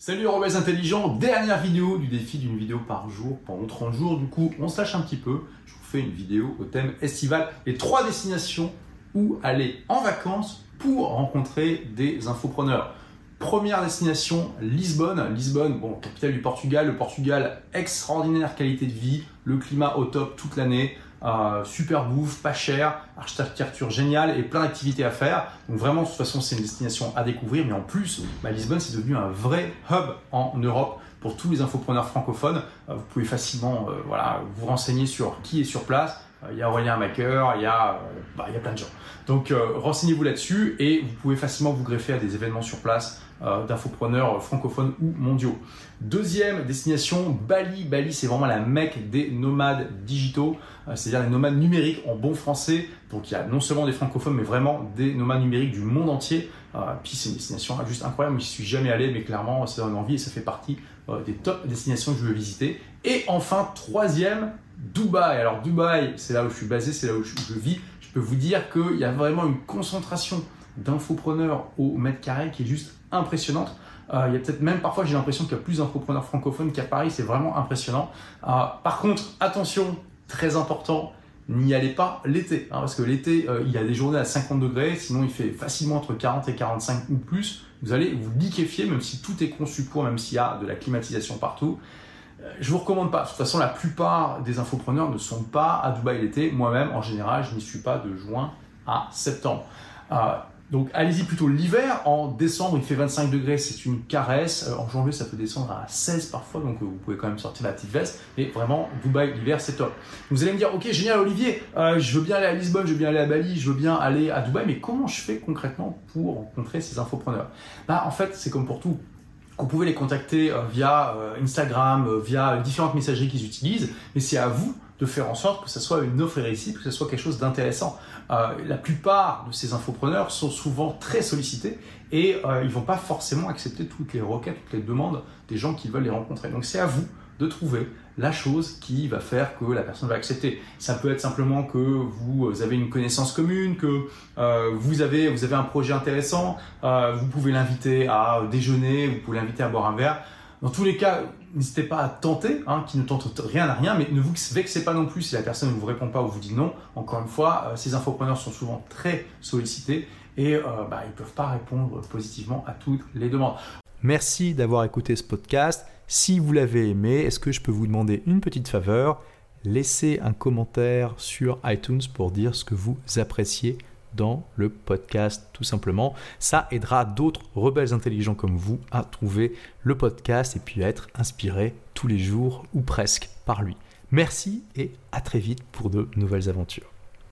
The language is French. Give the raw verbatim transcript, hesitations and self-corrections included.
Salut rebelles intelligents, dernière vidéo du défi d'une vidéo par jour pendant trente jours. Du coup, on se lâche un petit peu. Je vous fais une vidéo au thème estival et trois destinations où aller en vacances pour rencontrer des infopreneurs. Première destination, Lisbonne. Lisbonne, bon, capitale du Portugal. Le Portugal, extraordinaire qualité de vie, le climat au top toute l'année. Euh, super bouffe, pas cher, architecture géniale et plein d'activités à faire. Donc vraiment, de toute façon, c'est une destination à découvrir. Mais en plus, bah, Lisbonne, c'est devenu un vrai hub en Europe pour tous les infopreneurs francophones. Euh, vous pouvez facilement euh, voilà, vous renseigner sur qui est sur place. Euh, il y a Aurélien Maker, il y a, euh, bah, il y a plein de gens. Donc euh, renseignez-vous là-dessus et vous pouvez facilement vous greffer à des événements sur place euh, d'infopreneurs francophones ou mondiaux. Deuxième destination, Bali. Bali, c'est vraiment la mecque des nomades digitaux, euh, c'est-à-dire des nomades numériques en bon français. Donc il y a non seulement des francophones, mais vraiment des nomades numériques du monde entier. Euh, puis c'est une destination juste incroyable. Je suis jamais allé, mais clairement, ça donne envie et ça fait partie euh, des top destinations que je veux visiter. Et enfin, troisième, Dubaï. Alors Dubaï, c'est là où je suis basé, c'est là où je, je vis. Je peux vous dire qu'il y a vraiment une concentration d'infopreneurs au mètre carré qui est juste impressionnante. Euh, il y a peut-être même parfois, j'ai l'impression qu'il y a plus d'infopreneurs francophones qu'à Paris, c'est vraiment impressionnant. Euh, par contre, attention, très important, n'y allez pas l'été, hein, parce que l'été, euh, il y a des journées à cinquante degrés, sinon il fait facilement entre quarante et quarante-cinq ou plus. Vous allez vous liquéfier, même si tout est conçu pour, même s'il y a de la climatisation partout. Je ne vous recommande pas. De toute façon, la plupart des infopreneurs ne sont pas à Dubaï l'été. Moi-même, en général, je n'y suis pas de juin à septembre. Euh, donc, allez-y plutôt l'hiver. En décembre, il fait vingt-cinq degrés, c'est une caresse. Euh, en janvier, ça peut descendre à seize parfois, donc euh, vous pouvez quand même sortir la petite veste. Mais vraiment, Dubaï l'hiver, c'est top. Vous allez me dire, ok, génial, Olivier, euh, je veux bien aller à Lisbonne, je veux bien aller à Bali, je veux bien aller à Dubaï, mais comment je fais concrètement pour rencontrer ces infopreneurs? Bah, en fait, c'est comme pour tout. Vous pouvez les contacter via Instagram, via différentes messageries qu'ils utilisent, mais c'est à vous de faire en sorte que ce soit une offre irrésistible, que ce soit quelque chose d'intéressant. Euh, la plupart de ces infopreneurs sont souvent très sollicités et euh, ils ne vont pas forcément accepter toutes les requêtes, toutes les demandes des gens qui veulent les rencontrer. Donc c'est à vous de trouver la chose qui va faire que la personne va accepter. Ça peut être simplement que vous avez une connaissance commune, que euh, vous, avez, vous avez un projet intéressant, euh, vous pouvez l'inviter à déjeuner, vous pouvez l'inviter à boire un verre. Dans tous les cas, n'hésitez pas à tenter, hein, qui ne tente rien à rien, mais ne vous vexez pas non plus si la personne ne vous répond pas ou vous dit non. Encore une fois, euh, ces infopreneurs sont souvent très sollicités et euh, bah, ils ne peuvent pas répondre positivement à toutes les demandes. Merci d'avoir écouté ce podcast. Si vous l'avez aimé, est-ce que je peux vous demander une petite faveur? Laissez un commentaire sur iTunes pour dire ce que vous appréciez dans le podcast, tout simplement. Ça aidera d'autres rebelles intelligents comme vous à trouver le podcast et puis à être inspirés tous les jours ou presque par lui. Merci et à très vite pour de nouvelles aventures.